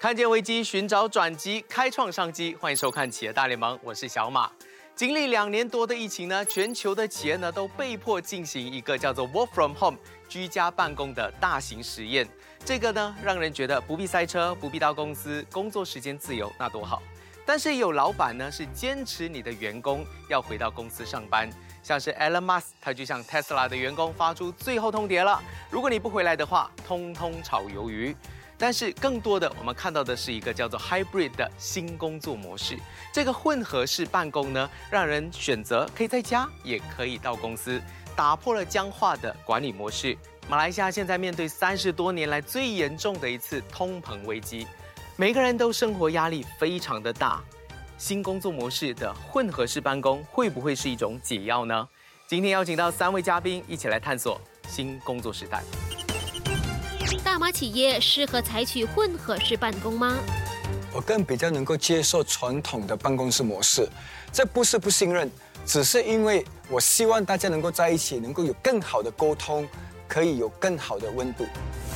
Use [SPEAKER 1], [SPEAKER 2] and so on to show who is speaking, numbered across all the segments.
[SPEAKER 1] 看见危机，寻找转机，开创商机。欢迎收看《企业大联盟》，我是小马。经历2年多的疫情呢，全球的企业呢都被迫进行一个叫做 Work from Home 居家办公的大型实验。这个呢，让人觉得不必塞车，不必到公司，工作时间自由，那多好。但是有老板呢是坚持你的员工要回到公司上班，像是 Elon Musk， 他就向 Tesla 的员工发出最后通牒了：如果你不回来的话，通通炒鱿鱼。但是更多的，我们看到的是一个叫做 Hybrid 的新工作模式。这个混合式办公呢，让人选择可以在家，也可以到公司，打破了僵化的管理模式。马来西亚现在面对30多年来最严重的一次通膨危机，每个人都生活压力非常的大。新工作模式的混合式办公会不会是一种解药呢？今天邀请到3位嘉宾一起来探索新工作时代。
[SPEAKER 2] 大马企业适合采取混合式办公吗？
[SPEAKER 3] 我更比较能够接受传统的办公室模式，这不是不信任，只是因为我希望大家能够在一起，能够有更好的沟通，可以有更好的温度。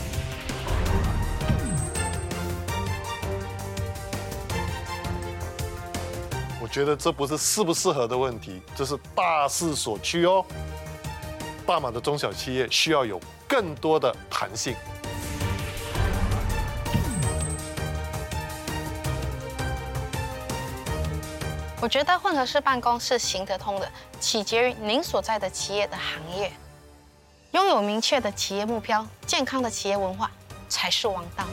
[SPEAKER 4] 我觉得这不是适不适合的问题，这是大势所趋哦。大马的中小企业需要有更多的弹性。
[SPEAKER 5] 我觉得混合式办公是行得通的，取决于您所在的企业的行业。拥有明确的企业目标，健康的企业文化才是王道。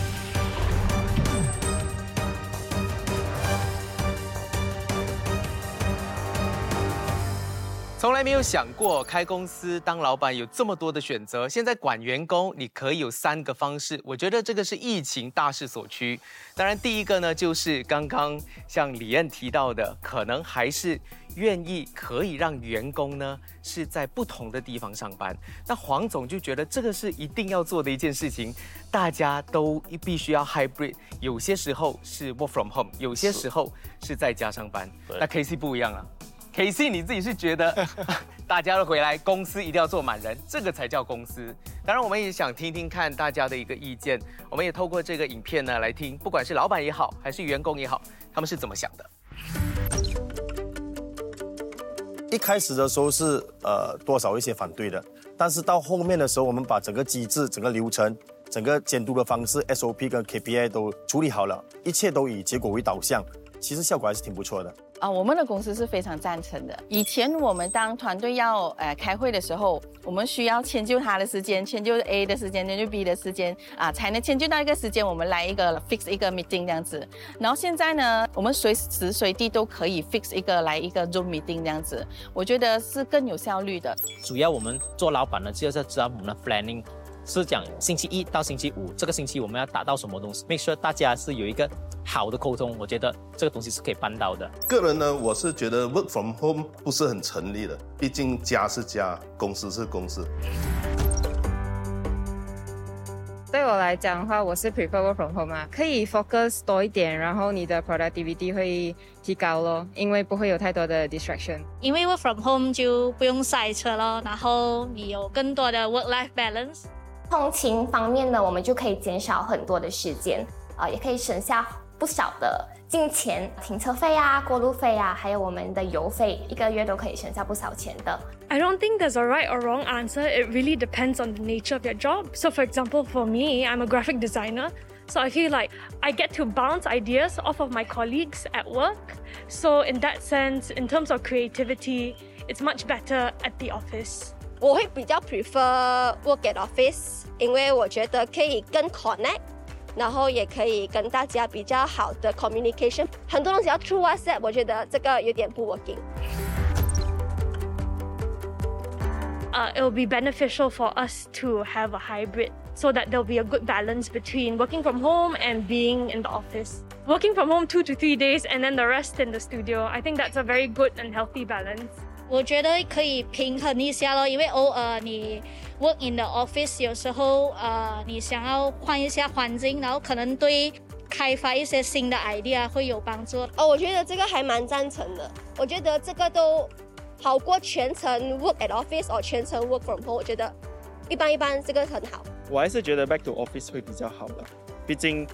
[SPEAKER 1] 从来没有想过开公司当老板有这么多的选择。现在管员工，你可以有3个方式。我觉得这个是疫情大势所趋。当然，第一个呢，就是刚刚像李燕提到的，可能还是愿意可以让员工呢是在不同的地方上班。那黄总就觉得这个是一定要做的一件事情，大家都必须要 hybrid， 有些时候是 work from home， 有些时候是在家上班。那 KC 不一样了。KC 你自己是觉得大家都回来，公司一定要坐满人，这个才叫公司。当然，我们也想听听看大家的一个意见。我们也透过这个影片呢来听，不管是老板也好，还是员工也好，他们是怎么想的。
[SPEAKER 6] 一开始的时候是多少一些反对的，但是到后面的时候，我们把整个机制、整个流程、整个监督的方式 SOP 跟 KPI 都处理好了，一切都以结果为导向，其实效果还是挺不错的。
[SPEAKER 7] 我们的公司是非常赞成的。以前我们当团队要开会的时候，我们需要迁就他的时间，迁就 A 的时间，迁就 B 的时间才能迁就到一个时间，我们来一个 fix 一个 meeting 这样子。然后现在呢，我们随时随地都可以 fix 一个来一个 Zoom meeting 这样子，我觉得是更有效率的。
[SPEAKER 8] 主要我们做老板呢，就是知道我们的 planning。是讲星期1到星期5，这个星期我们要达到什么东西 ，make sure 大家是有一个好的沟通，我觉得这个东西是可以办到的。
[SPEAKER 9] 个人呢，我是觉得 work from home 不是很成立的，毕竟家是家，公司是公司。
[SPEAKER 10] 对我来讲的话，我是 prefer work from home 可以 focus 多一点，然后你的 productivity 会提高咯，因为不会有太多的 distraction。
[SPEAKER 11] 因为 work from home 就不用塞车咯，然后你有更多的 work-life balance。
[SPEAKER 12] 通勤方面呢，我们就可以减少很多的时间，也可以省下不少的金钱，停车费啊、过路费啊，还有我们的油费，一个月都可以省下不少钱的。
[SPEAKER 13] I don't think there's a right or wrong answer. It really depends on the nature of your job. So for example, for me, I'm a graphic designer. So I feel like I get to bounce ideas off of my colleagues at work. So in that sense, in terms of creativity, it's much better at the office.
[SPEAKER 14] 我会比较 prefer work at office， 因为我觉得可以更 connect， 然后也可以跟大家比较好的 communication。很多东西要 through WhatsApp， 我觉得这个有点不 working。
[SPEAKER 13] It will be beneficial for us to have a hybrid so that there'll be a good balance between working from home and being in the office. Working from home 2 to 3 days and then the rest in the studio. I think that's a very good and healthy balance.
[SPEAKER 11] 我觉得可以平衡一下咯，因为偶尔你 work in the office， 有时候你想要换一下环境，然后可能对开发一些新的 idea 会有帮助。
[SPEAKER 14] 我觉得这个还蛮赞成的。我觉得这个都好过全程 work at office 或全程 work from home。我觉得一般这个很好。
[SPEAKER 15] 我还是觉得 back to office 会比较好的，毕竟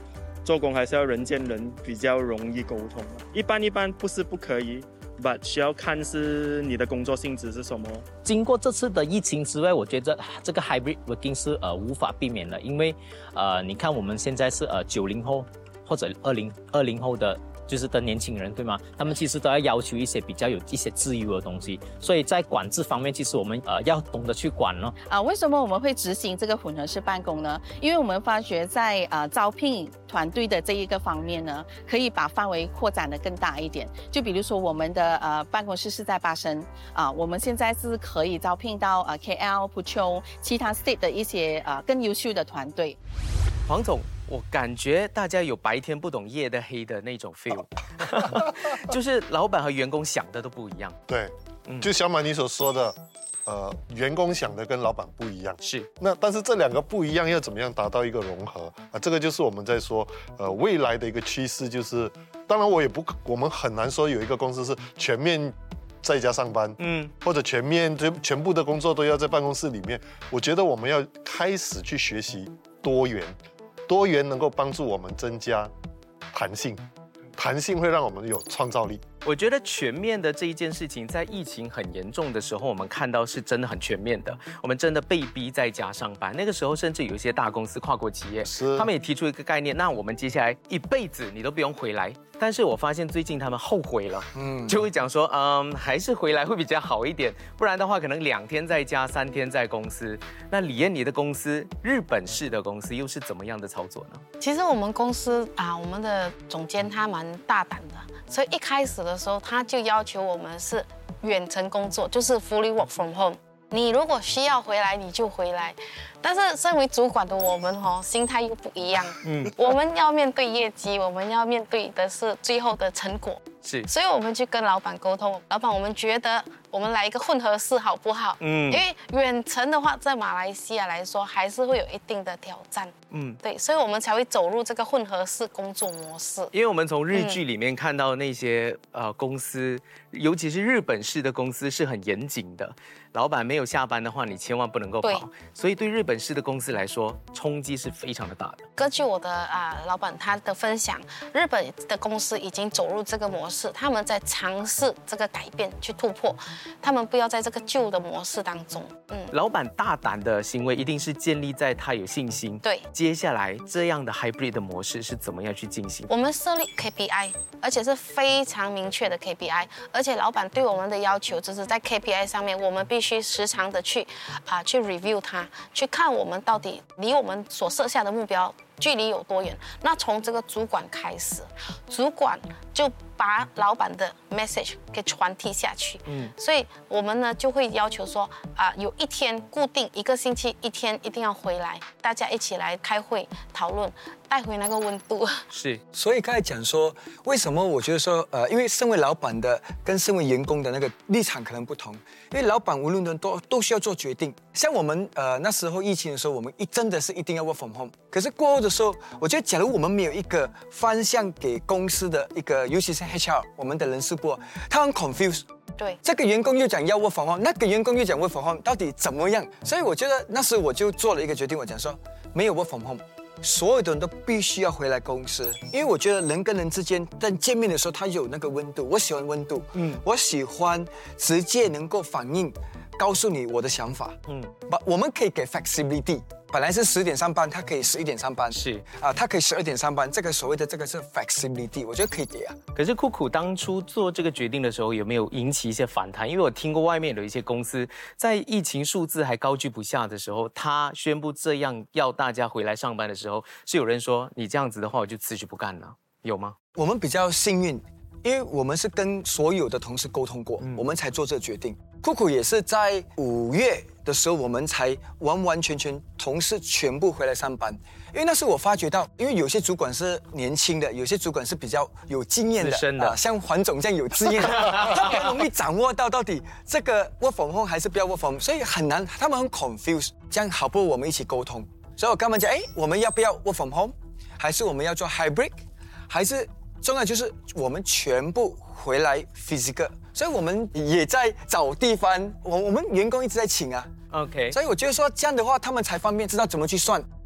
[SPEAKER 15] 做工还是要人见人比较容易沟通。一般不是不可以。but 需要看是你的工作性质是什么。
[SPEAKER 8] 经过这次的疫情之外，我觉得这个 hybrid working 是无法避免的，因为你看我们现在是90后或者20后的。就是的年轻人，对吗？他们其实都要求一些比较有一些自由的东西，所以在管制方面，其实我们要懂得去管咯。
[SPEAKER 7] 为什么我们会执行这个混合式办公呢？因为我们发觉在招聘团队的这一个方面呢，可以把范围扩展得更大一点。就比如说我们的办公室是在巴生我们现在是可以招聘到KL、普丘其他 state 的一些更优秀的团队。
[SPEAKER 1] 黄总，我感觉大家有白天不懂夜的黑的那种 feel， 就是老板和员工想的都不一样。
[SPEAKER 4] 对，就小马你所说的，员工想的跟老板不一样。
[SPEAKER 1] 是。
[SPEAKER 4] 但是这两个不一样要怎么样达到一个融合这个就是我们在说，未来的一个趋势就是，当然我们很难说有一个公司是全面在家上班，或者全部的工作都要在办公室里面。我觉得我们要开始去学习多元能够帮助我们增加弹性，弹性会让我们有创造力。
[SPEAKER 1] 我觉得全面的这一件事情，在疫情很严重的时候，我们看到是真的很全面的。我们真的被逼在家上班，那个时候甚至有一些大公司、跨国企业，他们也提出一个概念，那我们接下来一辈子你都不用回来。但是我发现最近他们后悔了，就会讲说，还是回来会比较好一点，不然的话可能2天在家，3天在公司。那李燕，你的公司日本式的公司又是怎么样的操作呢？
[SPEAKER 5] 其实我们公司我们的总监他蛮大胆的，所以一开始的时候他就要求我们是远程工作，就是 fully work from home。你如果需要回来，你就回来。但是身为主管的我们心态又不一样。我们要面对业绩，我们要面对的是最后的成果。
[SPEAKER 1] 是。
[SPEAKER 5] 所以我们去跟老板沟通，老板，我们觉得我们来一个混合式好不好？因为远程的话，在马来西亚来说还是会有一定的挑战。对，所以我们才会走入这个混合式工作模式。
[SPEAKER 1] 因为我们从日剧里面看到那些公司，尤其是日本式的公司是很严谨的，老板没有下班的话，你千万不能够跑。所以对日本式的公司来说，冲击是非常的大的。
[SPEAKER 5] 根据我的老板他的分享，日本的公司已经走入这个模式，他们在尝试这个改变去突破，他们不要在这个旧的模式当中。
[SPEAKER 1] 老板大胆的行为一定是建立在他有信心。
[SPEAKER 5] 对。
[SPEAKER 1] 接下来这样的 hybrid 的模式是怎么样去进行？
[SPEAKER 5] 我们设立 KPI， 而且是非常明确的 KPI， 而且老板对我们的要求就是在 KPI 上面，我们必须时常的去 review 它，去看我们到底离我们所设下的目标距离有多远。那从这个主管开始，主管就把老板的 message 给传递下去。所以我们呢就会要求说有一天固定1个星期1天一定要回来，大家一起来开会讨论，带回那个温度。
[SPEAKER 1] 是。
[SPEAKER 3] 所以刚才讲说，为什么我觉得说因为身为老板的跟身为员工的那个立场可能不同，因为老板无论都需要做决定。像我们那时候疫情的时候，我们真的是一定要 work from home。可是过后的时候，我觉得假如我们没有一个方向给公司的一个，尤其是 HR 我们的人事部，他很 confused。
[SPEAKER 5] 对，
[SPEAKER 3] 这个员工又讲要 work from home， 那个员工又讲 work from home， 到底怎么样？所以我觉得那时我就做了一个决定，我讲说没有 work from home， 所有的人都必须要回来公司，因为我觉得人跟人之间在见面的时候，他有那个温度，我喜欢温度，我喜欢直接能够反应，告诉你我的想法，我们可以给 flexibility。本来是10点上班，他可以11点上班，
[SPEAKER 1] 是
[SPEAKER 3] 他可以12点上班，这个所谓的这个是 flexibility， 我觉得可以给啊。
[SPEAKER 1] 可是酷酷当初做这个决定的时候，有没有引起一些反弹？因为我听过外面有一些公司在疫情数字还高居不下的时候，他宣布这样要大家回来上班的时候，是有人说你这样子的话，我就辞职不干了，有吗？
[SPEAKER 3] 我们比较幸运，因为我们是跟所有的同事沟通过，我们才做这个决定。酷酷也是在5月的时候，我们才完完全全同事全部回来上班。因为那时候我发觉到，因为有些主管是年轻的，有些主管是比较有经验的，像黄总这样有经验的，他比较容易掌握到底这个 work from home 还是不要 work from home， 所以很难，他们很 confused。这样好不如我们一起沟通，所以我跟他们讲，我们要不要 work from home， 还是我们要做 hybrid， 还是重要就是我们全部回来 physical。所以我们也在找地方，我们员工一直在请啊。
[SPEAKER 1] OK，
[SPEAKER 3] 所以我觉得说这样的话，他们才方便知道怎么去算。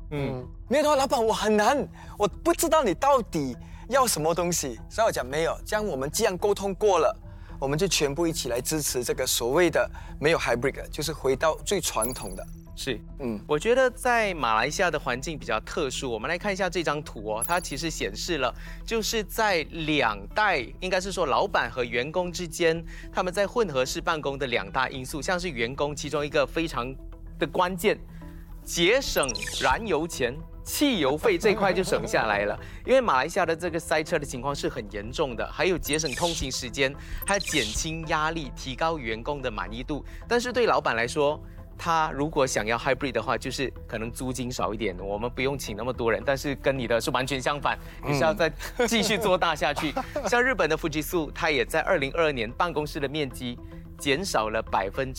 [SPEAKER 3] 没有的话，老板我很难，我不知道你到底要什么东西，所以我讲没有，这样我们既然沟通过了，我们就全部一起来支持这个所谓的没有 hybrid， 就是回到最传统的。
[SPEAKER 1] 是，我觉得在马来西亚的环境比较特殊。我们来看一下这张图哦，它其实显示了，就是在两代，应该是说老板和员工之间，他们在混合式办公的2大因素，像是员工其中一个非常的关键，节省燃油钱。汽油费这块就省下来了，因为马来西亚的这个塞车的情况是很严重的，还有节省通勤时间，还有减轻压力，提高员工的满意度。但是对老板来说，他如果想要 hybrid 的话，就是可能租金少一点，我们不用请那么多人，但是跟你的是完全相反，你是要再继续做大下去。像日本的Fujitsu，它也在2022年办公室的面积减少了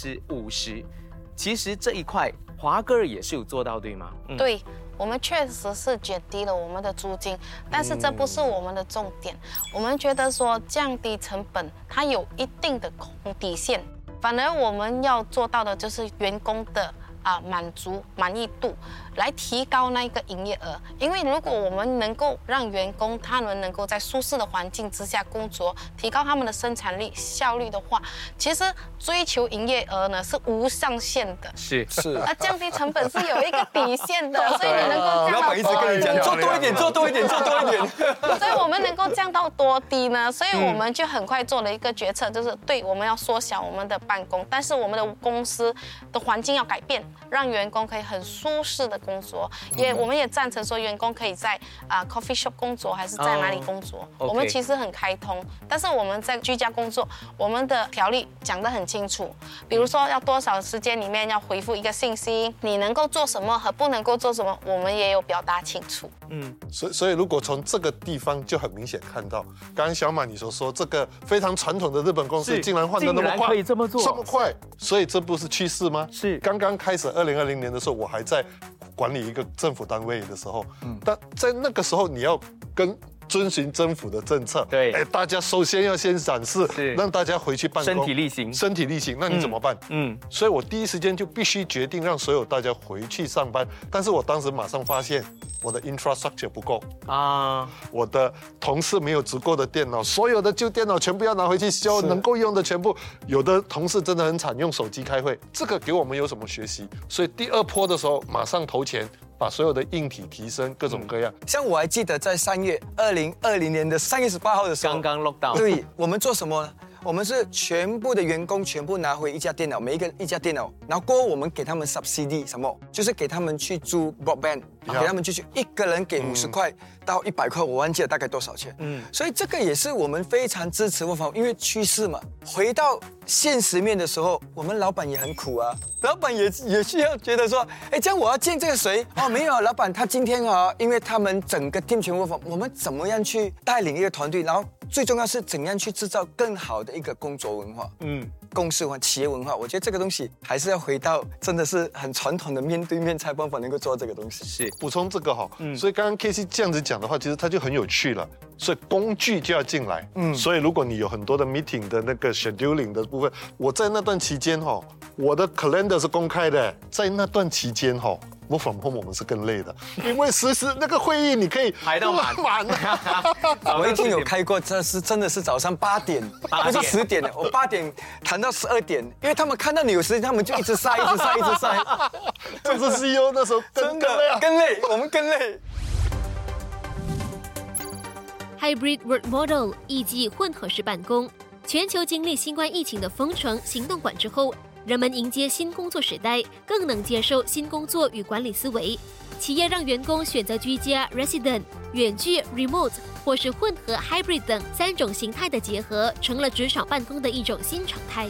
[SPEAKER 1] 50%。其实这一块华哥也是有做到，对吗？
[SPEAKER 5] 对。我们确实是减低了我们的租金，但是这不是我们的重点。我们觉得说降低成本，它有一定的底线。反而我们要做到的就是员工的满意度，来提高那个营业额。因为如果我们能够让员工他们能够在舒适的环境之下工作，提高他们的生产力效率的话，其实追求营业额呢是无上限的。
[SPEAKER 1] 是，
[SPEAKER 5] 降低成本是有一个底线的，所以你能够降到
[SPEAKER 3] 老板一直跟你讲做多一点，做多一点，做多一点。
[SPEAKER 5] 所以我们能够降到多低呢？所以我们就很快做了一个决策，就是对，我们要缩小我们的办公，但是我们的公司的环境要改变。让员工可以很舒适的工作，我们也赞成说员工可以在coffee shop 工作，还是在哪里工作，我们其实很开通。但是我们在居家工作，我们的条例讲得很清楚，比如说要多少时间里面要回复一个信息，你能够做什么和不能够做什么，我们也有表达清楚。
[SPEAKER 4] 所以如果从这个地方就很明显看到，刚刚小马你所说这个非常传统的日本公司竟然换得那么快，
[SPEAKER 1] 可以这么做，
[SPEAKER 4] 这么快，所以这不是趋势吗？
[SPEAKER 1] 是，
[SPEAKER 4] 刚刚开始2020年的时候，我还在管理一个政府单位的时候，但在那个时候你要遵循政府的政策，
[SPEAKER 1] 对，
[SPEAKER 4] 大家首先要先展示，让大家回去办公，身体力行，那你怎么办？所以我第一时间就必须决定让所有大家回去上班，但是我当时马上发现我的 infrastructure 不够我的同事没有足够的电脑，所有的旧电脑全部要拿回去修，能够用的全部，有的同事真的很惨，用手机开会，这个给我们有什么学习？所以第2波的时候马上投钱。把所有的硬体提升，各种各样。
[SPEAKER 3] 像我还记得在2020年的3月18号的时候，
[SPEAKER 1] 刚刚 lockdown，
[SPEAKER 3] 对，我们做什么呢？我们是全部的员工全部拿回一家电脑，每一个一家电脑，然后过后我们给他们 subsidy 什么，就是给他们去租 broadband， 给他们去一个人给50块到100块，我忘记了大概多少钱。所以这个也是我们非常支持因为趋势嘛。回到现实面的时候，我们老板也很苦啊，老板也需要觉得说，这样我要见这个谁？没有，老板他今天因为他们整个 team 全部我们怎么样去带领一个团队，然后最重要是怎样去制造更好的一个工作文化，公司文化、企业文化。我觉得这个东西还是要回到真的是很传统的面对面才办法能够做这个东西。
[SPEAKER 1] 是
[SPEAKER 4] 补充这个所以刚刚 KC 这样子讲的话，其实它就很有趣了。所以工具就要进来，所以如果你有很多的 meeting 的那个 scheduling 的部分，我在那段期间我的 calendar 是公开的，在那段期间work from home 我们是更累的，因为实时那个会议你可以
[SPEAKER 1] 排到满。
[SPEAKER 3] 我一天有开过，真的是早上8点，不是10点的，我8点谈到12点，因为他们看到你有时间，他们就一直塞。
[SPEAKER 4] 这是 CEO 那时候更
[SPEAKER 3] 累，我们更累。
[SPEAKER 2] Hybrid Work Model 意即混合式办公。全球经历新冠疫情的封城、行动管制后，人们迎接新工作时代，更能接受新工作与管理思维。企业让员工选择居家 （Resident）、远距 （Remote） 或是混合 （Hybrid） 等3种形态的结合，成了职场办公的一种新常态。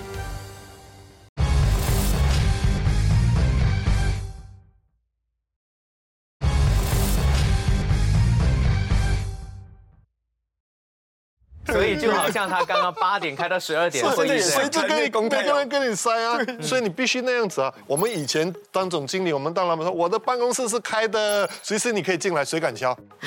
[SPEAKER 1] 所以就好像他刚刚8点开到12点会议，
[SPEAKER 4] 谁就跟你塞啊，所以你必须那样子啊。我们以前当总经理，我们当老板说，我的办公室是开的，随时你可以进来，谁敢敲？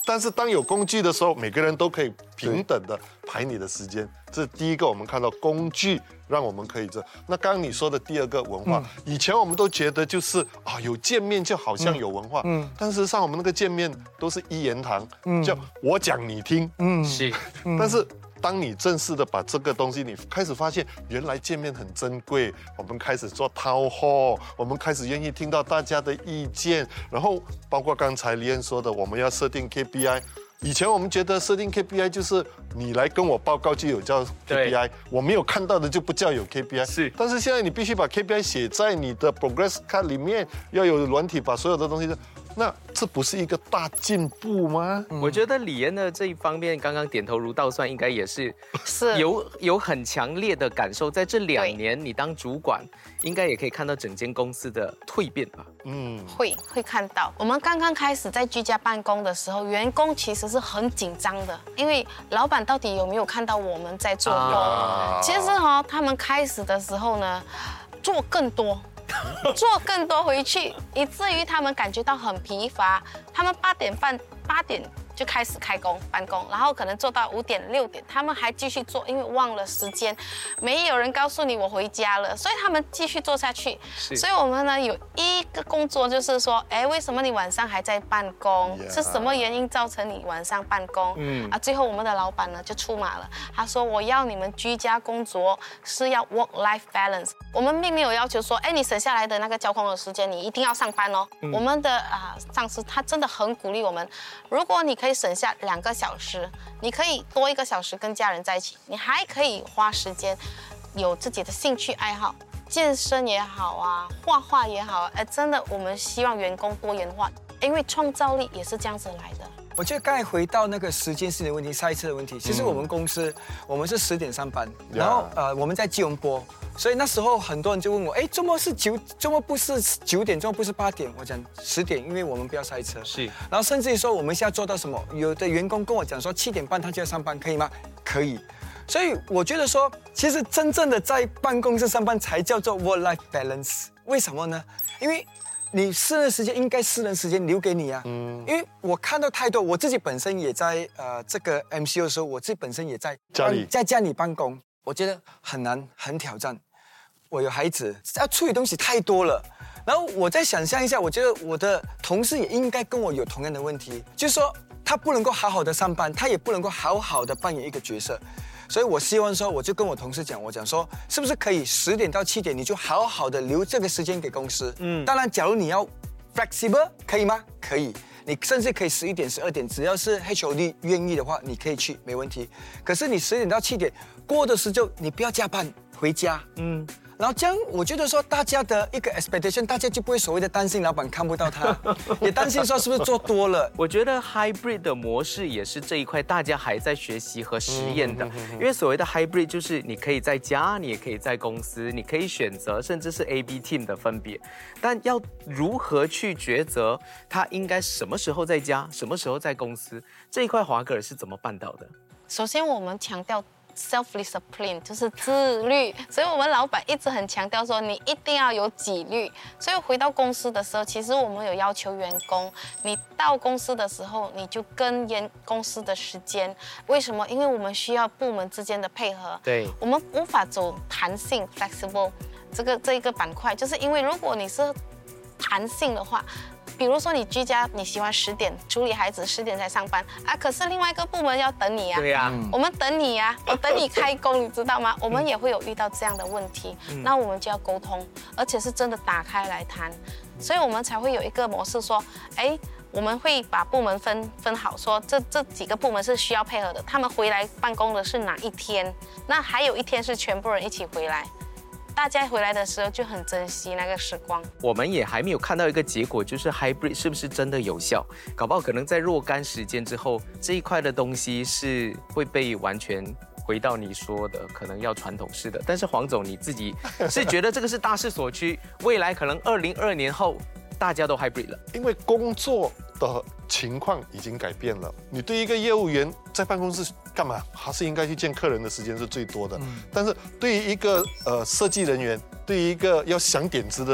[SPEAKER 4] 但是当有工具的时候，每个人都可以平等的排你的时间。这是第一个，我们看到工具让我们可以这。那刚刚你说的第二个文化，以前我们都觉得就是有见面就好像有文化，但事实上我们那个见面都是一言堂，叫我讲你听，
[SPEAKER 1] 是，
[SPEAKER 4] 但是。当你正式的把这个东西，你开始发现原来见面很珍贵，我们开始做town hall，我们开始愿意听到大家的意见，然后包括刚才李燕说的，我们要设定 KPI。以前我们觉得设定 KPI 就是你来跟我报告就有叫 KPI， 我没有看到的就不叫有 KPI。
[SPEAKER 1] 是，
[SPEAKER 4] 但是现在你必须把 KPI 写在你的 progress card 里面，要有软体把所有的东西。那这不是一个大进步吗？
[SPEAKER 1] 我觉得李燕的这一方面，刚刚点头如捣蒜，应该也是有很强烈的感受。在这2年，你当主管，应该也可以看到整间公司的蜕变吧？
[SPEAKER 5] 会看到。我们刚刚开始在居家办公的时候，员工其实是很紧张的，因为老板到底有没有看到我们在做工？其实他们开始的时候呢，做更多回去，以至于他们感觉到很疲乏。他们8点就开始办公，然后可能做到5点6点，他们还继续做，因为忘了时间，没有人告诉你我回家了，所以他们继续做下去。所以我们呢有一个工作就是说，为什么你晚上还在办公？是什么原因造成你晚上办公？最后我们的老板呢就出马了，他说我要你们居家工作是要 work-life balance。我们并没有要求说，你省下来的那个交通的时间你一定要上班哦。我们的上司他真的很鼓励我们，如果你可以省下2个小时，你可以多1个小时跟家人在一起，你还可以花时间有自己的兴趣爱好，健身也好啊，画画也好，真的我们希望员工多元化，因为创造力也是这样子来的。
[SPEAKER 3] 我觉得刚才回到那个时间性的问题，赛车的问题，其实我们公司我们是10点上班，然后我们在吉隆坡，所以那时候很多人就问我，周末不是9点，周末不是8点，我讲10点，因为我们不要塞车。
[SPEAKER 1] 是，
[SPEAKER 3] 然后甚至于说我们现在做到什么，有的员工跟我讲说7点半他就要上班，可以吗？可以。所以我觉得说，其实真正的在办公室上班才叫做 work-life balance。为什么呢？因为你私人时间应该私人时间留给你啊，因为我看到太多，我自己本身也在这个 MCO 的时候，我自己本身也在家里办公，我觉得很难，很挑战。我有孩子，要处理东西太多了。然后我再想象一下，我觉得我的同事也应该跟我有同样的问题，就是说他不能够好好的上班，他也不能够好好的扮演一个角色。所以我希望说，我就跟我同事讲，我讲说，是不是可以10点到7点，你就好好的留这个时间给公司。当然，假如你要 flexible， 可以吗？可以，你甚至可以11点、12点，只要是 HOD 愿意的话，你可以去，没问题。可是你10点到7点过的时候，你不要加班，回家。然后这样，我觉得说大家的一个 expectation， 大家就不会所谓的担心老板看不到他，也担心说是不是做多了。
[SPEAKER 1] 我觉得 hybrid 的模式也是这一块大家还在学习和实验的，因为所谓的 hybrid 就是你可以在家，你也可以在公司，你可以选择甚至是 A、B team 的分别，但要如何去抉择他应该什么时候在家，什么时候在公司，这一块华格尔是怎么办到的？
[SPEAKER 5] 首先我们强调self-discipline 就是自律，所以我们老板一直很强调说你一定要有纪律。所以回到公司的时候，其实我们有要求员工，你到公司的时候你就跟公司的时间。为什么？因为我们需要部门之间的配合。
[SPEAKER 1] 对，
[SPEAKER 5] 我们无法走弹性 flexible 这一个板块，就是因为如果你是弹性的话。比如说你居家，你喜欢10点处理孩子，10点才上班啊，可是另外一个部门要等你啊。
[SPEAKER 1] 对呀，
[SPEAKER 5] 我们等你啊，我等你开工，你知道吗？我们也会有遇到这样的问题，那我们就要沟通，而且是真的打开来谈，所以我们才会有一个模式说，我们会把部门分好，说这几个部门是需要配合的，他们回来办公的是哪一天，那还有一天是全部人一起回来。大家回来的时候就很珍惜那个时光。
[SPEAKER 1] 我们也还没有看到一个结果，就是 hybrid 是不是真的有效？搞不好可能在若干时间之后，这一块的东西是会被完全回到你说的，可能要传统式的。但是黄总你自己是觉得这个是大势所趋，未来可能2022年后大家都 hybrid 了，
[SPEAKER 4] 因为工作的情况已经改变了。你对一个业务员在办公室干嘛？还是应该去见客人的时间是最多的。但是对于一个设计人员，对于一个要想点子的人，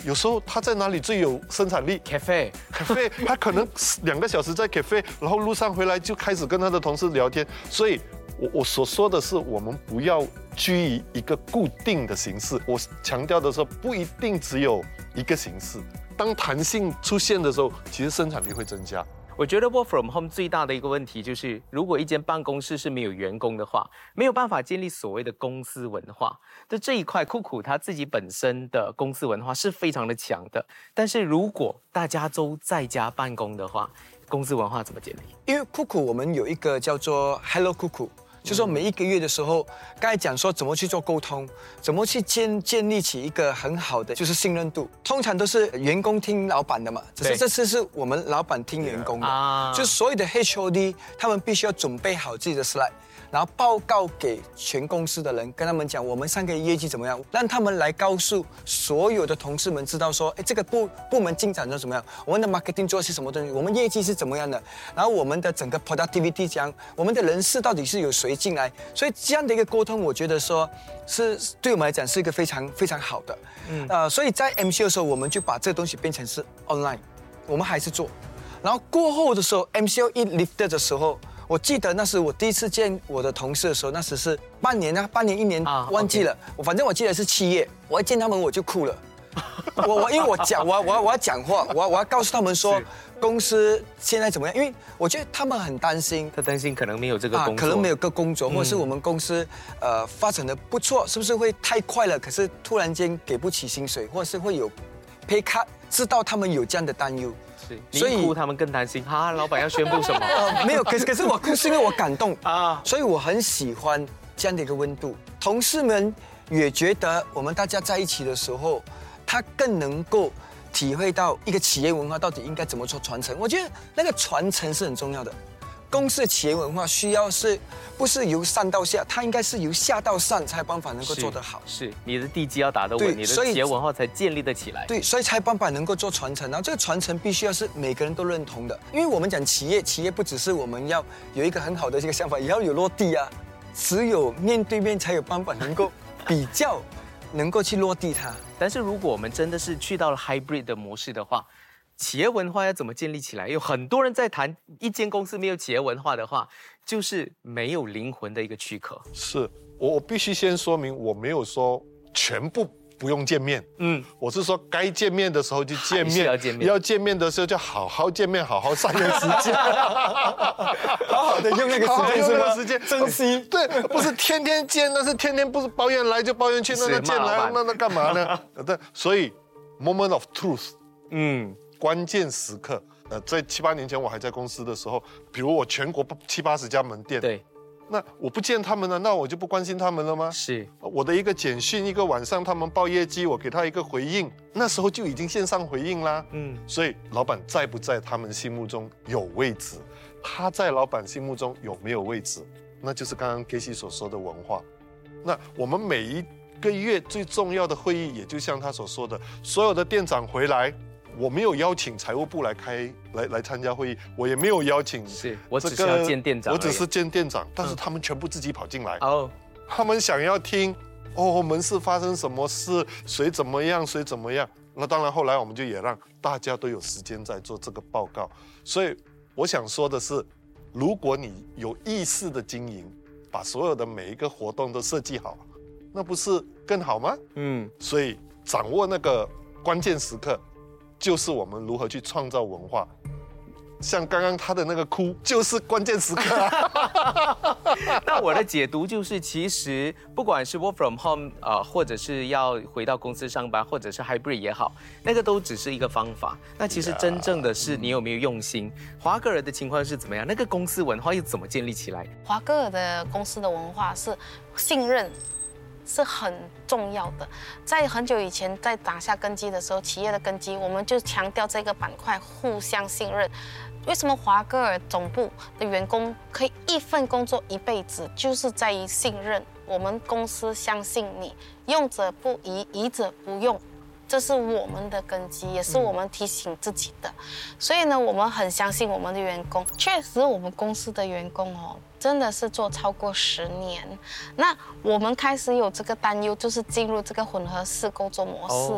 [SPEAKER 4] 有时候他在哪里最有生产力
[SPEAKER 1] ？cafe，
[SPEAKER 4] 他可能2个小时在 cafe， 然后路上回来就开始跟他的同事聊天。所以我所说的是，我们不要拘于一个固定的形式。我强调的是，不一定只有一个形式。当弹性出现的时候，其实生产力会增加。
[SPEAKER 1] 我觉得 work from home 最大的一个问题就是，如果一间办公室是没有员工的话，没有办法建立所谓的公司文化。这一块，酷酷他自己本身的公司文化是非常的强的。但是如果大家都在家办公的话，公司文化怎么建立？
[SPEAKER 3] 因为酷酷我们有一个叫做 Hello 酷酷。就说每一个月的时候，刚才讲说怎么去做沟通，怎么去建立起一个很好的就是信任度。通常都是员工听老板的嘛，只是这次是我们老板听员工的，就是所有的 HOD 他们必须要准备好自己的 slide， 然后报告给全公司的人，跟他们讲我们3个业绩怎么样，让他们来告诉所有的同事们知道说，哎，这个部门进展的怎么样，我们的 marketing 做的是什么东西，我们业绩是怎么样的，然后我们的整个 productivity 讲，我们的人事到底是有谁进来，所以这样的一个沟通，我觉得说是对我们来讲是一个非常非常好的，所以在 MCO 的时候，我们就把这个东西变成是 online， 我们还是做，然后过后的时候 MCO 一 lift 的时候。我记得那时我第一次见我的同事的时候，那时是半年1年，忘记了。反正我记得是7月，我一见他们我就哭了。因为我要讲话，我要告诉他们说公司现在怎么样，因为我觉得他们很担心，
[SPEAKER 1] 他担心可能没有这个工作，
[SPEAKER 3] 可能没有个工作，或者是我们公司发展的不错，是不是会太快了？可是突然间给不起薪水，或者是会有 pay cut， 知道他们有这样的担忧。
[SPEAKER 1] 所以哭他们更担心老板要宣布什么？
[SPEAKER 3] 没有，可是我哭是因为我感动所以我很喜欢这样的一个温度。同事们也觉得我们大家在一起的时候，他更能够体会到一个企业文化到底应该怎么做传承。我觉得那个传承是很重要的。公司的企业文化需要不是由上到下，它应该是由下到上才有办法能够做得好。
[SPEAKER 1] 是你的地基要打得稳，你的企业文化才建立得起来。
[SPEAKER 3] 对，所以才有办法能够做传承。然后这个传承必须要是每个人都认同的，因为我们讲企业不只是我们要有一个很好的这个想法，也要有落地啊。只有面对面才有办法能够比较，能够去落地它。
[SPEAKER 1] 但是如果我们真的是去到了 hybrid 的模式的话，企业文化要怎么建立起来？有很多人在谈，一间公司没有企业文化的话，就是没有灵魂的一个躯壳。
[SPEAKER 4] 是我必须先说明，我没有说全部不用见面，我是说该见面的时候就见面，要见面的时候就好好见面，好好善用时间，
[SPEAKER 3] 好好的用那个时间，珍惜。
[SPEAKER 4] 对，不是天天见，但是天天不是抱怨来就抱怨去，那见来那干嘛呢？对，所以 moment of truth，关键时刻，在7、8年前我还在公司的时候，比如我全国70、80家门店，
[SPEAKER 1] 对，
[SPEAKER 4] 那我不见他们了，那我就不关心他们了吗？
[SPEAKER 1] 是，
[SPEAKER 4] 我的一个简讯，一个晚上他们报业绩，我给他一个回应，那时候就已经线上回应啦。所以老板在不在他们心目中有位置，他在老板心目中有没有位置，那就是刚刚 Casey 所说的文化。那我们每一个月最重要的会议，也就像他所说的，所有的店长回来。我没有邀请财务部来参加会议，我也没有邀请，
[SPEAKER 1] 我只是要见店长，
[SPEAKER 4] 我只是见店长，但是他们全部自己跑进来，他们想要听，门市发生什么事，谁怎么样，谁怎么样。那当然后来我们就也让大家都有时间在做这个报告。所以我想说的是，如果你有意识的经营，把所有的每一个活动都设计好，那不是更好吗？所以掌握那个关键时刻，就是我们如何去创造文化。像刚刚他的那个哭，就是关键时刻。
[SPEAKER 1] 那我的解读就是，其实不管是 work from home，或者是要回到公司上班，或者是 hybrid 也好，那个都只是一个方法。那其实真正的是你有没有用心。华歌尔的情况是怎么样？那个公司文化又怎么建立起来？
[SPEAKER 5] 华歌尔的公司的文化是信任。是很重要的，在很久以前，在打下根基的时候，企业的根基，我们就强调这个板块互相信任。为什么华歌尔总部的员工可以一份工作一辈子，就是在于信任。我们公司相信你，用者不疑，疑者不用。这是我们的根基，也是我们提醒自己的。所以呢，我们很相信我们的员工。确实，我们公司的员工真的是做超过10年。那我们开始有这个担忧，就是进入这个混合式工作模式。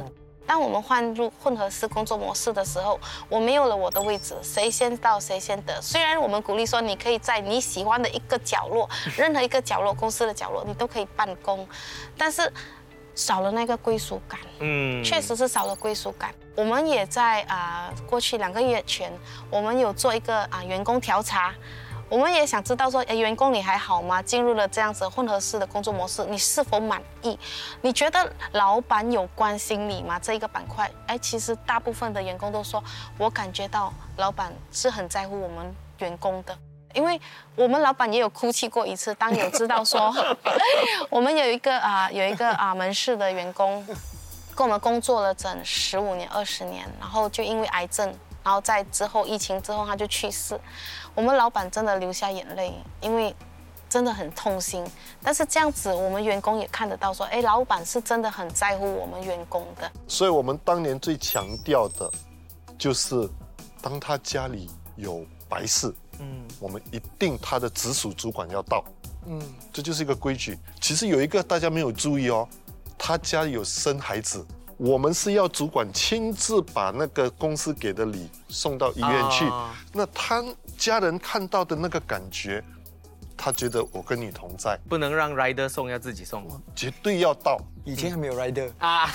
[SPEAKER 5] 当我们换入混合式工作模式的时候，我没有了我的位置，谁先到谁先得。虽然我们鼓励说你可以在你喜欢的一个角落，任何一个角落，公司的角落，你都可以办公，但是少了那个归属感。确实是少了归属感。我们也在过去2个月前，我们有做一个员工调查。我们也想知道说，员工你还好吗？进入了这样子混合式的工作模式，你是否满意？你觉得老板有关心你吗？这一个板块，其实大部分的员工都说，我感觉到老板是很在乎我们员工的。因为我们老板也有哭泣过一次，当有知道说，我们有一个门市的员工，跟我们工作了整15年、20年，然后就因为癌症。然后在之后疫情之后他就去世，我们老板真的流下眼泪，因为真的很痛心。但是这样子我们员工也看得到说，老板是真的很在乎我们员工的。
[SPEAKER 4] 所以我们当年最强调的就是当他家里有白事，我们一定他的直属主管要到，这就是一个规矩。其实有一个大家没有注意哦，他家有生孩子，我们是要主管亲自把那个公司给的礼送到医院去，那他家人看到的那个感觉，他觉得我跟你同在，
[SPEAKER 1] 不能让 rider 送，要自己送，
[SPEAKER 4] 绝对要到。
[SPEAKER 3] 以前还没有 rider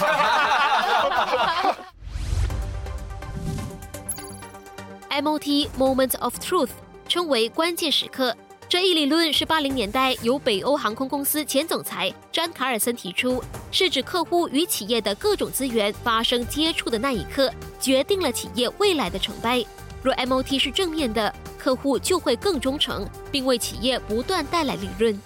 [SPEAKER 2] MOT Moment of Truth 称为关键时刻。这一理论是80年代由北欧航空公司前总裁詹卡尔森提出，是指客户与企业的各种资源发生接触的那一刻，决定了企业未来的成败。若 MOT 是正面的，客户就会更忠诚，并为企业不断带来利润。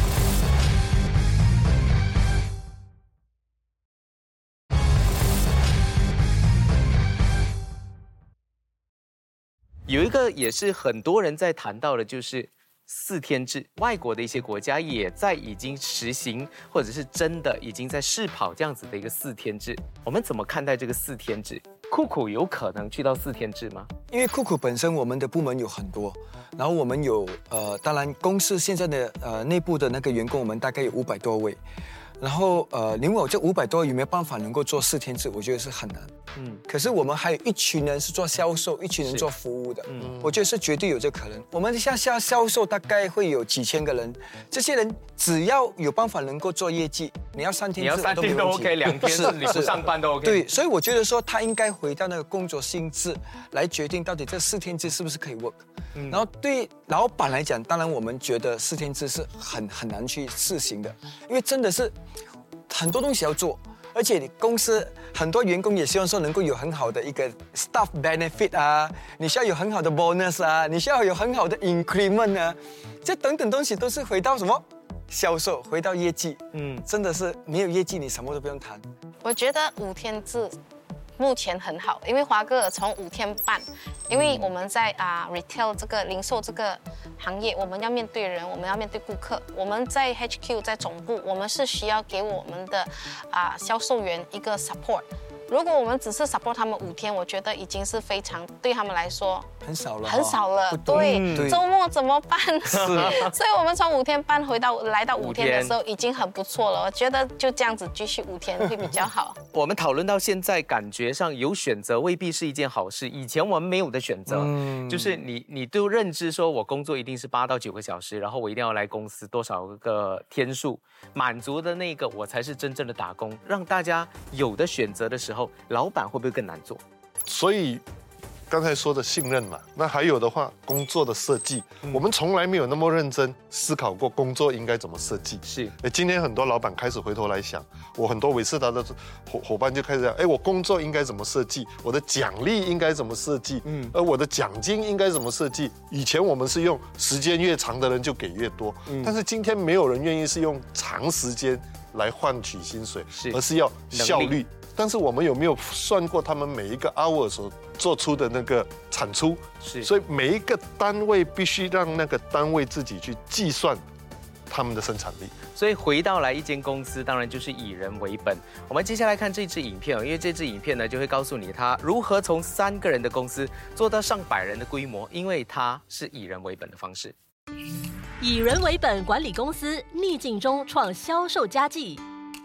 [SPEAKER 1] 有一个也是很多人在谈到的，就是4天制。外国的一些国家也在已经实行，或者是真的已经在试跑这样子的一个4天制。我们怎么看待这个4天制？酷酷有可能去到4天制吗？
[SPEAKER 3] 因为酷酷本身我们的部门有很多，然后我们有当然公司现在的内部的那个员工，我们大概有500多位。然后你问我这500多有没有办法能够做4天制，我觉得是很难。可是我们还有一群人是做销售，一群人做服务的。我觉得是绝对有这可能。我们下销售大概会有几千个人，这些人只要有办法能够做业绩，你要3天制，
[SPEAKER 1] 你要3天都 OK， 2天你不上班都 OK。
[SPEAKER 3] 对，所以我觉得说他应该回到那个工作性质来决定到底这4天制是不是可以 work。然后对老板来讲，当然我们觉得4天制是很难去试行的，因为真的是很多东西要做。而且你公司很多员工也希望说能够有很好的一个 staff benefit 啊，你需要有很好的 bonus 啊，你需要有很好的 increment 啊，这等等东西都是回到什么销售，回到业绩。真的是没有业绩你什么都不用谈。
[SPEAKER 5] 我觉得5天制目前很好，因为华歌尔从5天半，因为我们在retail 这个零售这个行业，我们要面对人，我们要面对顾客。我们在 HQ 在总部，我们是需要给我们的销售员一个 support。如果我们只是 support 他们5天，我觉得已经是非常对他们来说
[SPEAKER 3] 很少了，
[SPEAKER 5] 很少了。对，周末怎么办？所以我们从5天半来到5天的时候，已经很不错了。我觉得就这样子继续5天会比较好。
[SPEAKER 1] 我们讨论到现在，感觉上有选择未必是一件好事。以前我们没有的选择，就是你都认知说我工作一定是8到9个小时，然后我一定要来公司多少个天数，满足的那个我才是真正的打工。让大家有的选择的时候，老板会不会更难做？
[SPEAKER 4] 所以刚才说的信任嘛，那还有的话，工作的设计，我们从来没有那么认真思考过工作应该怎么设计。
[SPEAKER 1] 是，
[SPEAKER 4] 今天很多老板开始回头来想，我很多韦世达的伙伴就开始讲，我工作应该怎么设计，我的奖励应该怎么设计，而我的奖金应该怎么设计。以前我们是用时间越长的人就给越多，但是今天没有人愿意是用长时间来换取薪水，而是要效率。但是我们有没有算过他们每一个 hour 所做出的那个产出？
[SPEAKER 1] 是，
[SPEAKER 4] 所以每一个单位必须让那个单位自己去计算他们的生产力。
[SPEAKER 1] 所以回到来一间公司，当然就是以人为本。我们接下来看这支影片，因为这支影片呢就会告诉你他如何从3个人的公司做到上百人的规模，因为它是以人为本的方式。
[SPEAKER 16] 以人为本管理公司，逆境中创销售佳绩。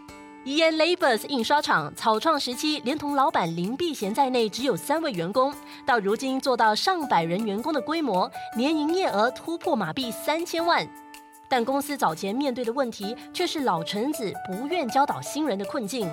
[SPEAKER 16] EN Labels 印刷厂草创时期，连同老板林碧贤在内，只有3位员工，到如今做到上百人员工的规模，年营业额突破马币3000万。但公司早前面对的问题，却是老臣子不愿教导新人的困境。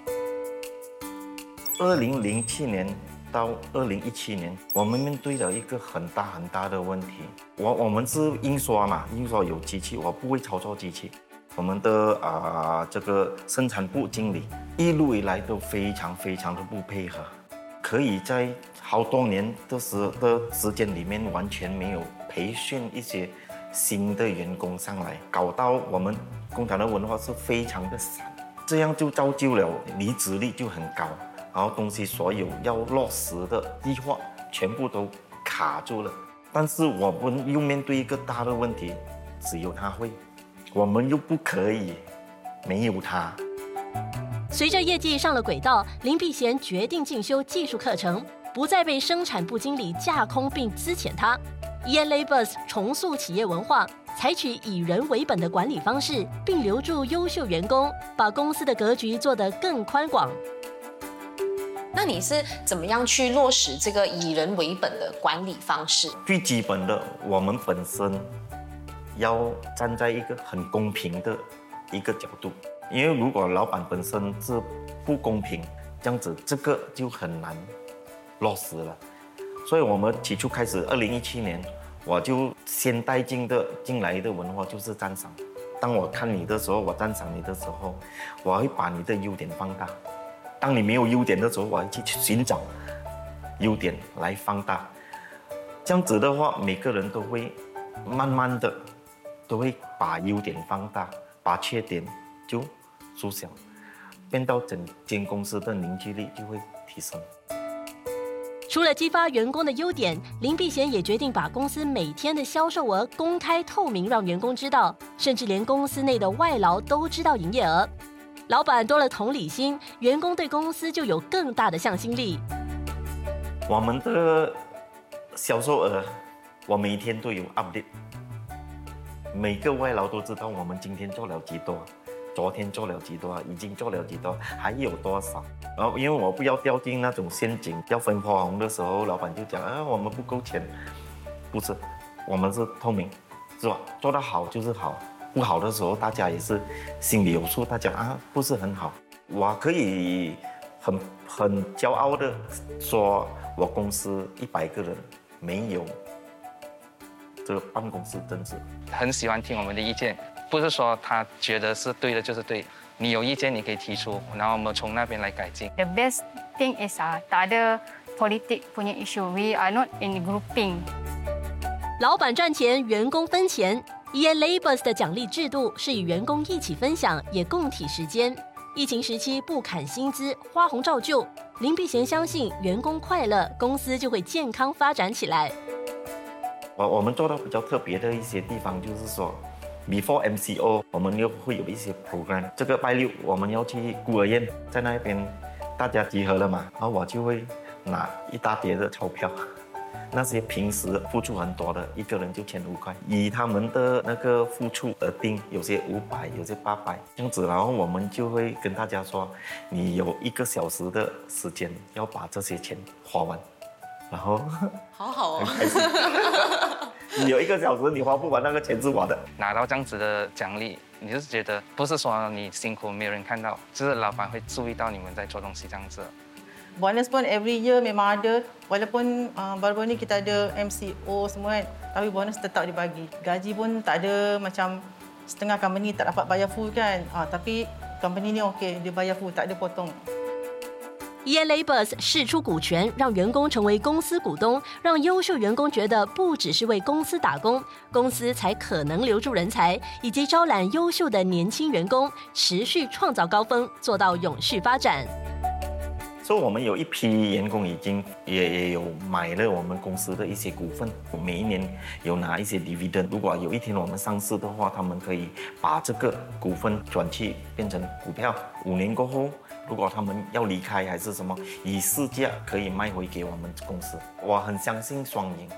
[SPEAKER 17] 2007年到2017年，我们面对了一个很大的问题。我们是印刷嘛，印刷有机器，我不会操作机器。我们的这个生产部经理一路以来都非常的不配合，可以在好多年的时间里面完全没有培训一些新的员工上来，搞到我们工厂的文化是非常的散，这样就造就了离职率就很高，然后东西所有要落实的计划全部都卡住了。但是我们又面对一个大的问题，只有他会。我们又不可以没有他。
[SPEAKER 16] 随着业绩上了轨道，林碧贤决定进修技术课程，不再被生产部经理架空并资遣他。EN Labels 重塑企业文化，采取以人为本的管理方式，并留住优秀员工，把公司的格局做得更宽广。
[SPEAKER 18] 那你是怎么样去落实这个以人为本的管理方式？
[SPEAKER 17] 最基本的，我们本身要站在一个很公平的一个角度，因为如果老板本身是不公平，这样子这个就很难落实了。所以我们起初开始2017年，我就先带进来的文化就是赞赏。当我看你的时候，我赞赏你的时候，我会把你的优点放大。当你没有优点的时候，我会去寻找优点来放大。这样子的话，每个人都会慢慢的都会把优点放大，把缺点就缩小，变到整间公司的凝聚力就会提升。
[SPEAKER 16] 除了激发员工的优点，林碧贤也决定把公司每天的销售额公开透明，让员工知道，甚至连公司内的外劳都知道营业额。老板多了同理心，员工对公司就有更大的向心力。
[SPEAKER 17] 我们的销售额，我每天都有 update， 每个外劳都知道我们今天做了几多，昨天做了几多，已经做了几多，还有多少。然后因为我不要掉进那种陷阱，要分花红的时候，老板就讲我们不够钱，不是，我们是透明，是吧？做得好就是好，不好的时候大家也是心里有数，大家不是很好。我可以很骄傲的说，我公司100个人没有这个办公室政治。
[SPEAKER 19] 很喜欢听我们的意见，不是说他觉得是对的就是对，你有意见你可以提出，然后我们从那边来改进。
[SPEAKER 20] The best thing is tak ada politik punya issue. We are not in grouping.
[SPEAKER 16] 老板赚钱，员工分钱。EN Labels 的奖励制度是与员工一起分享，也共体时间。疫情时期不砍薪资，花红照旧。林碧贤相信，员工快乐，公司就会健康发展起来。
[SPEAKER 17] 我们做到比较特别的一些地方，就是说 ，before MCO 我们又会有一些 program。这个拜六我们要去孤儿院，在那边大家集合了嘛，然后我就会拿一大叠的钞票。那些平时付出很多的，一个人就1500块，以他们的那个付出而定，有些500，有些800这样子，然后我们就会跟大家说，你有1个小时的时间要把这些钱花完，然后
[SPEAKER 18] 好好哦，
[SPEAKER 17] 很开心。你有1个小时你花不完，那个钱是我的。
[SPEAKER 19] 拿到这样子的奖励，你就是觉得不是说你辛苦没有人看到，就是老板会注意到你们在做东西这样子。
[SPEAKER 21] Bonus pun every year memang ada, walaupun baru-baru ni kita ada MCO semua kan, tapi bonus tetap dibagi. Gaji pun tak ada macam setengah company tak dapat bayar full kan, tapi company ni okey, dia bayar full, tak ada potong.
[SPEAKER 16] EN Labels 释出股权，让员工成为公司股东，让优秀员工觉得不只是为公司打工，公司才可能留住人才，以及招揽优秀的年轻员工，持续创造高峰，做到永续发展。
[SPEAKER 17] 所以我们有一批员工已经也有买了我们公司的一些股份，每一年有拿一些 dividend。如果有一天我们上市的话，他们可以把这个股份转去变成股票。5年过后，如果他们要离开还是什么，以市价可以卖回给我们公司。我很相信双赢，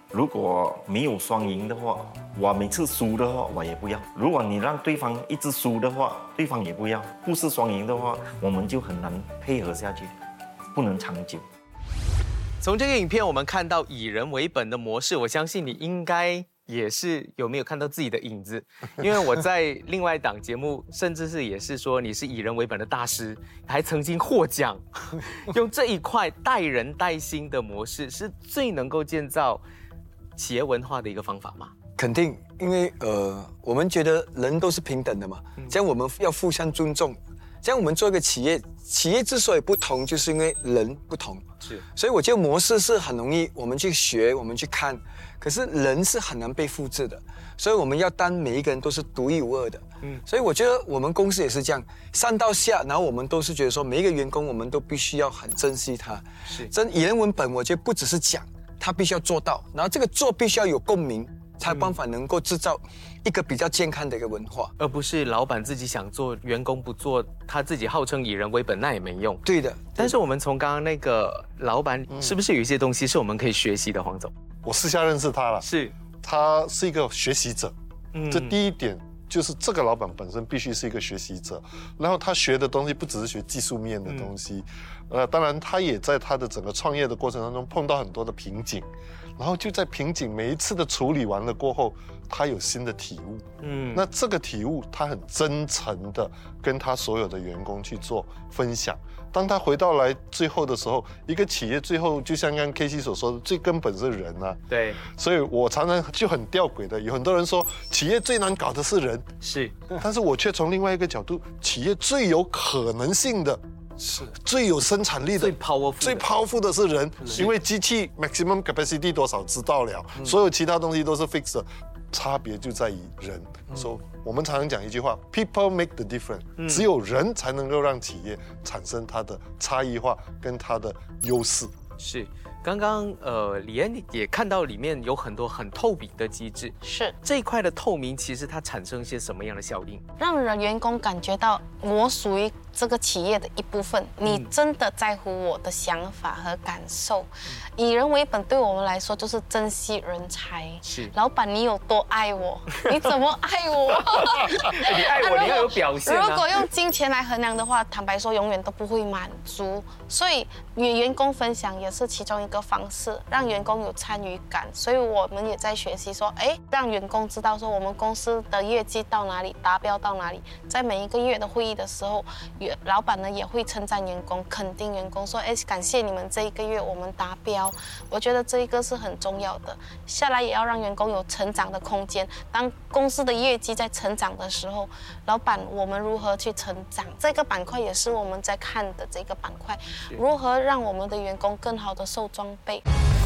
[SPEAKER 17] 如果没有双赢的话，我每次输的话我也不要。如果你让对方一直输的话，对方也不要。不是双赢的话，我们就很难配合下去，不能长久。
[SPEAKER 1] 从这个影片我们看到以人为本的模式，我相信你应该也是有没有看到自己的影子？因为我在另外一档节目，甚至是也是说你是以人为本的大师，还曾经获奖。用这一块带人带心的模式，是最能够建造企业文化的一个方法吗？
[SPEAKER 3] 肯定，因为我们觉得人都是平等的嘛，这样我们要互相尊重。这样我们做一个企业，企业之所以不同，就是因为人不同。
[SPEAKER 1] 是，
[SPEAKER 3] 所以我觉得模式是很容易我们去学，我们去看，可是人是很难被复制的。所以我们要当每一个人都是独一无二的。所以我觉得我们公司也是这样，上到下，然后我们都是觉得说每一个员工我们都必须要很珍惜他。
[SPEAKER 1] 是，
[SPEAKER 3] 以人为本，我觉得不只是讲，他必须要做到，然后这个做必须要有共鸣。才有办法能够制造一个比较健康的一个文化，
[SPEAKER 1] 而不是老板自己想做，员工不做，他自己号称以人为本，那也没用。
[SPEAKER 3] 对的。
[SPEAKER 1] 但是我们从刚刚那个老板，是不是有一些东西是我们可以学习的？黄总，
[SPEAKER 4] 我私下认识他了，他是一个学习者。这第一点就是这个老板本身必须是一个学习者，然后他学的东西不只是学技术面的东西，当然他也在他的整个创业的过程当中碰到很多的瓶颈。然后就在瓶颈每一次的处理完了过后，他有新的体悟。那这个体悟他很真诚的跟他所有的员工去做分享。当他回到来最后的时候，一个企业最后就像刚刚 KC 所说的，最根本是人啊。
[SPEAKER 1] 对。
[SPEAKER 4] 所以我常常就很吊诡的，有很多人说企业最难搞的是人，
[SPEAKER 1] 是，
[SPEAKER 4] 但是我却从另外一个角度，企业最有可能性的。是最有生产力的、最 powerful 的是人，因为机器 maximum capacity 多少知道了，所有其他东西都是 fixed 的，差别就在于人。所以我们常常讲一句话 ：People make the difference。只有人才能够让企业产生它的差异化跟它的优势。
[SPEAKER 1] 是。刚刚李安也看到里面有很多很透明的机制，
[SPEAKER 5] 是
[SPEAKER 1] 这一块的透明，其实它产生一些什么样的效应？
[SPEAKER 5] 让员工感觉到我属于这个企业的一部分，你真的在乎我的想法和感受。以人为本对我们来说就是珍惜人才。
[SPEAKER 1] 是，
[SPEAKER 5] 老板你有多爱我？你怎么爱我？
[SPEAKER 1] 你爱我，你要有表现啊。
[SPEAKER 5] 如果用金钱来衡量的话，坦白说永远都不会满足。所以与员工分享也是其中一个方式，让员工有参与感。所以我们也在学习说，让员工知道说我们公司的业绩到哪里，达标到哪里。在每一个月的会议的时候，老板呢也会称赞员工，肯定员工说，感谢你们这一个月我们达标。我觉得这一个是很重要的。下来也要让员工有成长的空间。当公司的业绩在成长的时候，老板我们如何去成长？这个板块也是我们在看的这个板块，如何让我们的员工更好的受装备。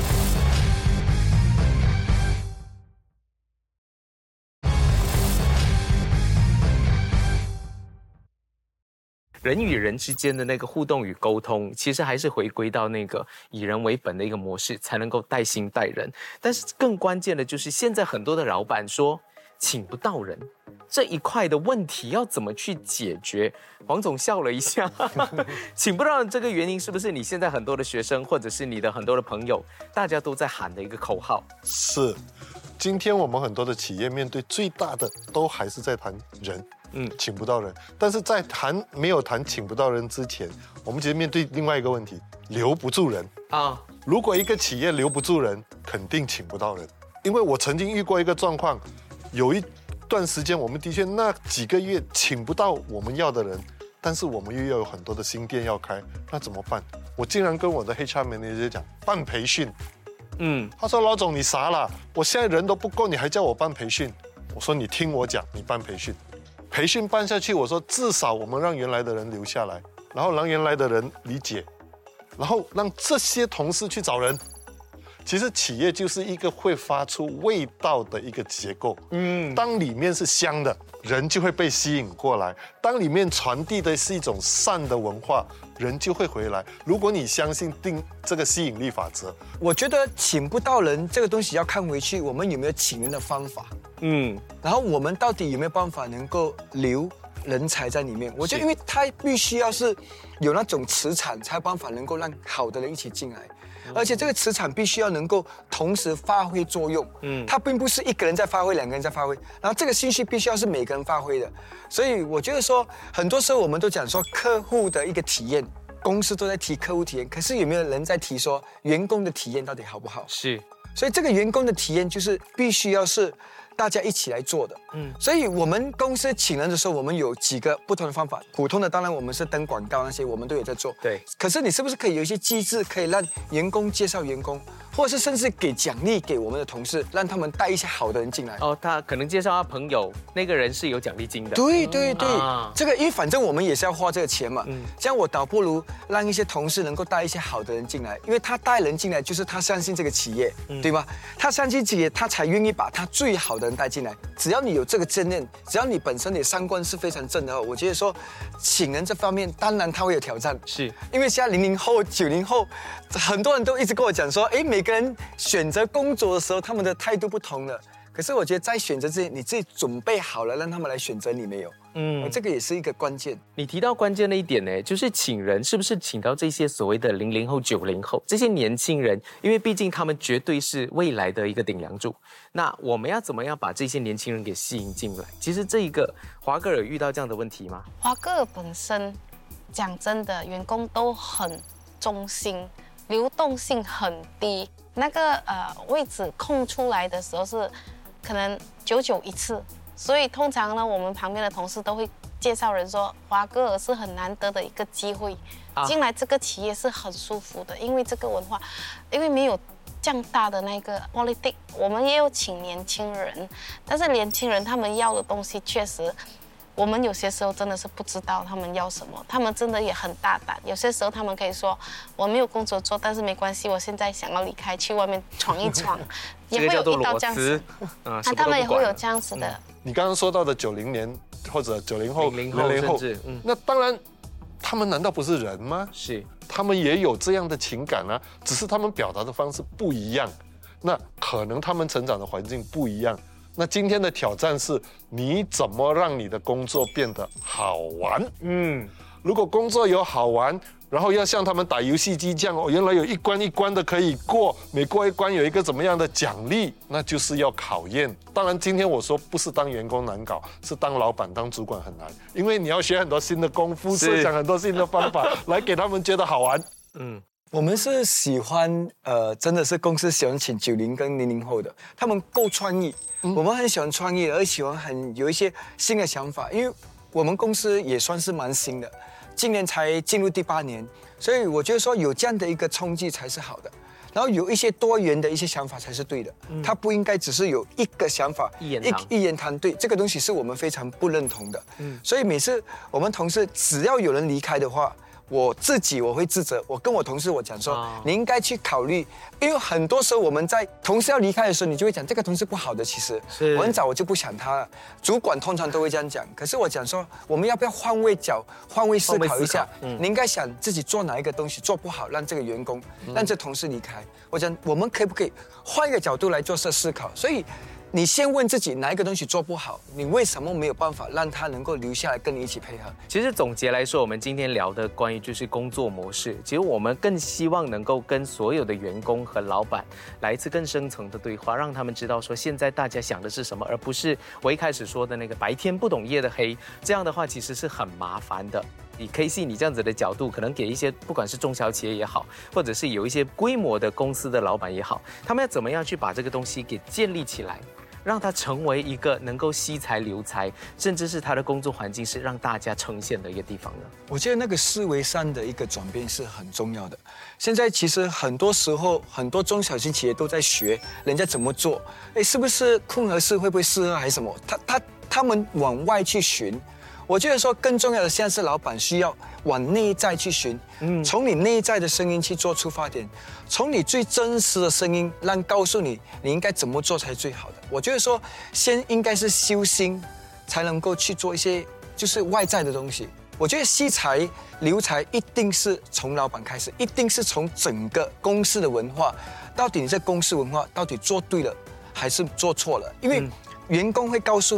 [SPEAKER 1] 人与人之间的那个互动与沟通，其实还是回归到那个以人为本的一个模式，才能够带心带人。但是更关键的就是，现在很多的老板说请不到人，这一块的问题要怎么去解决？黄总笑了一下，请不到人这个原因是不是你现在很多的学生，或者是你的很多的朋友，大家都在喊的一个口号？
[SPEAKER 4] 是，今天我们很多的企业面对最大的都还是在谈人。请不到人，但是在没有谈请不到人之前，我们其实面对另外一个问题，留不住人啊。如果一个企业留不住人，肯定请不到人。因为我曾经遇过一个状况，有一段时间我们的确那几个月请不到我们要的人，但是我们又要有很多的新店要开，那怎么办？我竟然跟我的 HR manager 讲办培训。他说老总你傻了，我现在人都不够，你还叫我办培训？我说你听我讲，你办培训。培训办下去，我说至少我们让原来的人留下来，然后让原来的人理解，然后让这些同事去找人。其实企业就是一个会发出味道的一个结构。当里面是香的，人就会被吸引过来；当里面传递的是一种善的文化，人就会回来。如果你相信这个吸引力法则，
[SPEAKER 3] 我觉得请不到人这个东西要看回去，我们有没有请人的方法。然后我们到底有没有办法能够留人才在里面？我觉得，因为他必须要是有那种磁场，才有办法能够让好的人一起进来。 而且这个磁场必须要能够同时发挥作用。它并不是一个人在发挥，两个人在发挥，然后这个兴趣必须要是每个人发挥的。所以我觉得说，很多时候我们都讲说客户的一个体验，公司都在提客户体验，可是有没有人在提说员工的体验到底好不好？
[SPEAKER 1] 是，
[SPEAKER 3] 所以这个员工的体验就是必须要是大家一起来做的。所以我们公司请人的时候，我们有几个不同的方法。普通的当然我们是登广告那些，我们都有在做。
[SPEAKER 1] 对。
[SPEAKER 3] 可是你是不是可以有一些机制，可以让员工介绍员工，或者是甚至给奖励给我们的同事，让他们带一些好的人进来。
[SPEAKER 1] 他可能介绍他朋友，那个人是有奖励金的。
[SPEAKER 3] 对，这个因为反正我们也是要花这个钱嘛。这样我倒不如让一些同事能够带一些好的人进来，因为他带人进来就是他相信这个企业，对吗？他相信企业，他才愿意把他最好的人带进来。只要你有这个正念，只要你本身的三观是非常正的话，我觉得说请人这方面当然他会有挑战，
[SPEAKER 1] 是因
[SPEAKER 3] 为现在00后、90后，很多人都一直跟我讲说，每个人选择工作的时候，他们的态度不同了。可是我觉得在选择之前，你自己准备好了，让他们来选择你没有？这个也是一个关键。
[SPEAKER 1] 你提到关键的一点呢，就是请人是不是请到这些所谓的00后、90后这些年轻人，因为毕竟他们绝对是未来的一个顶梁柱。那我们要怎么样把这些年轻人给吸引进来？其实这一个华歌尔遇到这样的问题吗？
[SPEAKER 5] 华歌尔本身讲真的，员工都很忠心，流动性很低。那个位置空出来的时候是可能久一次，所以通常呢，我们旁边的同事都会介绍人说，华歌尔是很难得的一个机会，进来这个企业是很舒服的，因为这个文化，因为没有这样大的那个 politics， 我们也有请年轻人，但是年轻人他们要的东西确实。我们有些时候真的是不知道他们要什么，他们真的也很大胆。有些时候他们可以说我没有工作做，但是没关系，我现在想要离开，去外面闯一闯，也会有遇到这样子。他们也会有这样子的。
[SPEAKER 4] 你刚刚说到的90年或者90后、00后，那当然，他们难道不是人吗？
[SPEAKER 1] 是，
[SPEAKER 4] 他们也有这样的情感啊，只是他们表达的方式不一样。那可能他们成长的环境不一样。那今天的挑战是，你怎么让你的工作变得好玩？如果工作有好玩，然后要像他们打游戏机这样，原来有一关一关的可以过，每过一关有一个怎么样的奖励，那就是要考验。当然，今天我说不是当员工难搞，是当老板、当主管很难，因为你要学很多新的功夫，设想很多新的方法，来给他们觉得好玩。
[SPEAKER 3] 我们是喜欢真的是公司喜欢请90跟00后的，他们够创意。我们很喜欢创意，而喜欢有一些新的想法，因为我们公司也算是蛮新的，今年才进入第8年，所以我觉得说有这样的一个冲击才是好的，然后有一些多元的一些想法才是对的，它不应该只是有一个想法一言堂，对，这个东西是我们非常不认同的。所以每次我们同事只要有人离开的话，我会自责，我跟我同事讲说，你应该去考虑，因为很多时候我们在同事要离开的时候，你就会讲这个同事不好的，其实我很早我就不想他了，主管通常都会这样讲，可是我讲说，我们要不要换位思考一下？你应该想自己做哪一个东西做不好，让这个员工，让这同事离开。我讲我们可不可以换一个角度来做思考？所以。你先问自己哪一个东西做不好，你为什么没有办法让他能够留下来跟你一起配合？
[SPEAKER 1] 其实总结来说，我们今天聊的关于就是工作模式，其实我们更希望能够跟所有的员工和老板来一次更深层的对话，让他们知道说现在大家想的是什么，而不是我一开始说的那个白天不懂夜的黑。这样的话其实是很麻烦的。以 KC 你这样子的角度，可能给一些不管是中小企业也好，或者是有一些规模的公司的老板也好，他们要怎么样去把这个东西给建立起来，让它成为一个能够惜才留才，甚至是他的工作环境是让大家呈现的一个地方呢？
[SPEAKER 3] 我觉得那个思维上的一个转变是很重要的。现在其实很多时候，很多中小型企业都在学人家怎么做，是不是混合式会不会适合还是什么？他们往外去寻。我觉得说更重要的，现在是老板需要往内在去寻，从你内在的声音去做出发点，从你最真实的声音，让告诉你你应该怎么做才最好的。我觉得说，先应该是修心，才能够去做一些就是外在的东西。我觉得惜才留才一定是从老板开始，一定是从整个公司的文化，到底你这公司文化到底做对了还是做错了？因为员工会告诉你。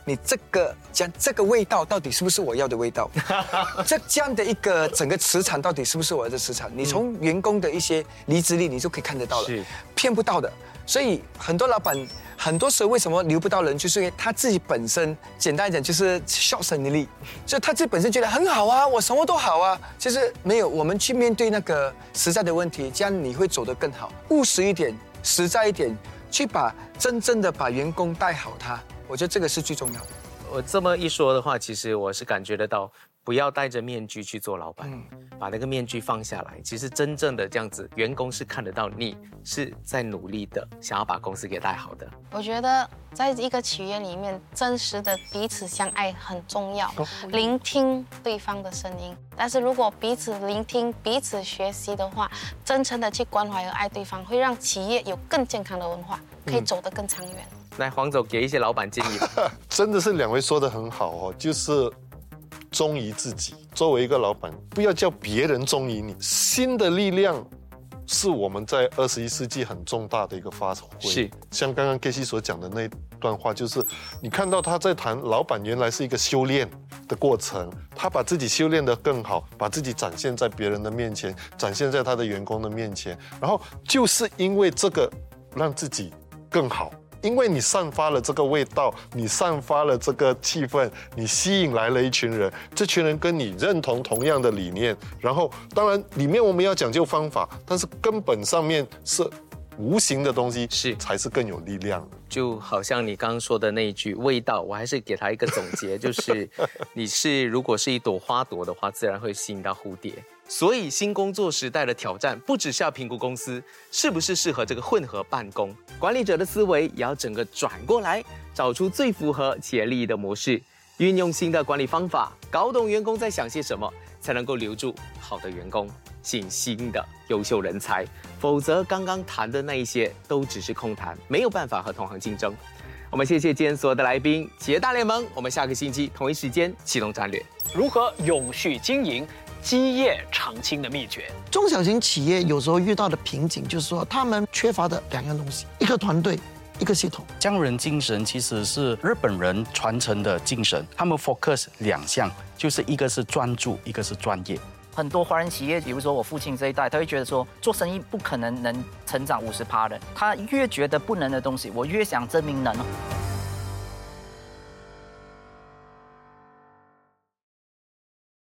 [SPEAKER 3] 你这个味道到底是不是我要的味道？这样的一个整个磁场到底是不是我的磁场？你从员工的一些离职率，你就可以看得到了，骗不到的。所以很多老板很多时候为什么留不到人，就是因为他自己本身简单一点就是 short 生意力，所以他自己本身觉得很好啊，我什么都好啊，其实没有。我们去面对那个实在的问题，这样你会走得更好，务实一点，实在一点，去真正的把员工带好他，我觉得这个是最重要的。
[SPEAKER 1] 我这么一说的话，其实我是感觉得到，不要戴着面具去做老板，把那个面具放下来。其实真正的这样子，员工是看得到你是在努力的，想要把公司给带好的。
[SPEAKER 5] 我觉得在一个企业里面，真实的彼此相爱很重要，聆听对方的声音。但是如果彼此聆听、彼此学习的话，真诚的去关怀和爱对方，会让企业有更健康的文化，可以走得更长远。
[SPEAKER 1] 来，黄总给一些老板建议吧。
[SPEAKER 4] 真的是2位说得很好哦，就是忠于自己。作为一个老板，不要叫别人忠于你。新的力量是我们在21世纪很重大的一个发挥。是，像刚刚 Casey 所讲的那段话，就是你看到他在谈老板原来是一个修炼的过程，他把自己修炼得更好，把自己展现在别人的面前，展现在他的员工的面前，然后就是因为这个让自己更好。因为你散发了这个味道，你散发了这个气氛，你吸引来了一群人，这群人跟你认同同样的理念，然后当然里面我们要讲究方法，但是根本上面是无形的东西，才是更有力量的。
[SPEAKER 1] 就好像你刚刚说的那一句味道，我还是给他一个总结，就是如果是一朵花朵的话，自然会吸引到蝴蝶。所以新工作时代的挑战，不只是要评估公司是不是适合这个混合办公，管理者的思维也要整个转过来，找出最符合企业利益的模式，运用新的管理方法，搞懂员工在想些什么，才能够留住好的员工，吸引新的优秀人才。否则，刚刚谈的那一些都只是空谈，没有办法和同行竞争。我们谢谢今天所有的来宾，企业大联盟，我们下个星期同一时间启动战略，
[SPEAKER 6] 如何永续经营基业长青的秘诀。
[SPEAKER 22] 中小型企业有时候遇到的瓶颈，就是说他们缺乏的2样东西：一个团队，一个系统。
[SPEAKER 23] 匠人精神其实是日本人传承的精神，他们 focus 2项，就是一个是专注，一个是专业。
[SPEAKER 24] 很多华人企业，比如说我父亲这一代，他会觉得说做生意不可能成长50%的，他越觉得不能的东西，我越想证明能。